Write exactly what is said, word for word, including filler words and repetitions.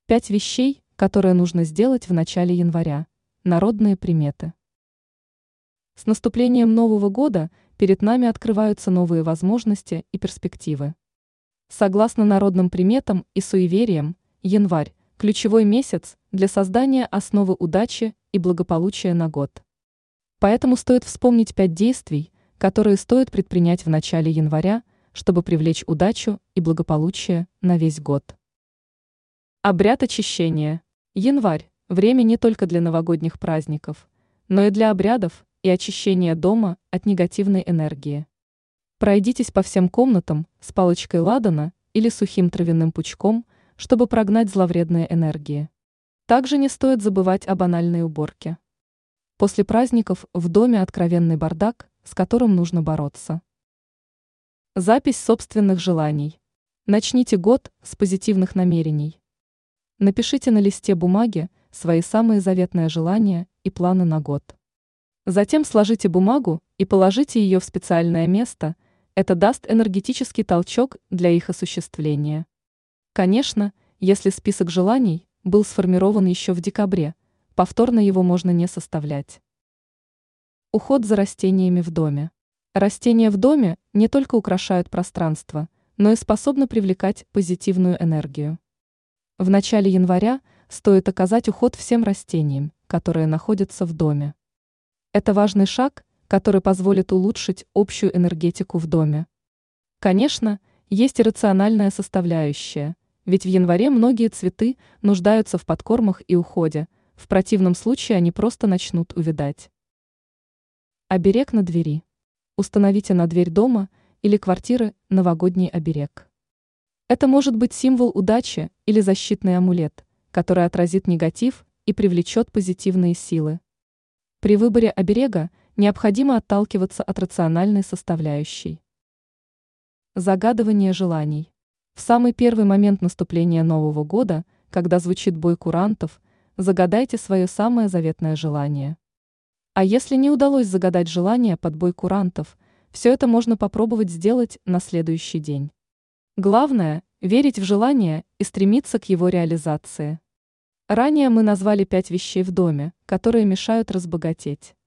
Пять вещей, которые нужно сделать в начале января. Народные приметы. С наступлением Нового года перед нами открываются новые возможности и перспективы. Согласно народным приметам и суевериям, январь – ключевой месяц для создания основы удачи и благополучия на год. Поэтому стоит вспомнить пять действий, которые стоит предпринять в начале января, чтобы привлечь удачу и благополучие на весь год. Обряд очищения. Январь – время не только для новогодних праздников, но и для обрядов и очищения дома от негативной энергии. Пройдитесь по всем комнатам с палочкой ладана или сухим травяным пучком, чтобы прогнать зловредные энергии. Также не стоит забывать о банальной уборке. После праздников в доме откровенный бардак, с которым нужно бороться. Запись собственных желаний. Начните год с позитивных намерений. Напишите на листе бумаги свои самые заветные желания и планы на год. Затем сложите бумагу и положите ее в специальное место, это даст энергетический толчок для их осуществления. Конечно, если список желаний был сформирован еще в декабре, повторно его можно не составлять. Уход за растениями в доме. Растения в доме не только украшают пространство, но и способны привлекать позитивную энергию. В начале января стоит оказать уход всем растениям, которые находятся в доме. Это важный шаг, который позволит улучшить общую энергетику в доме. Конечно, есть и рациональная составляющая, ведь в январе многие цветы нуждаются в подкормах и уходе, в противном случае они просто начнут увядать. Оберег на двери. Установите на дверь дома или квартиры новогодний оберег. Это может быть символ удачи или защитный амулет, который отразит негатив и привлечет позитивные силы. При выборе оберега необходимо отталкиваться от рациональной составляющей. Загадывание желаний. В самый первый момент наступления Нового года, когда звучит бой курантов, загадайте свое самое заветное желание. А если не удалось загадать желание под бой курантов, все это можно попробовать сделать на следующий день. Главное – верить в желание и стремиться к его реализации. Ранее мы назвали пять вещей в доме, которые мешают разбогатеть.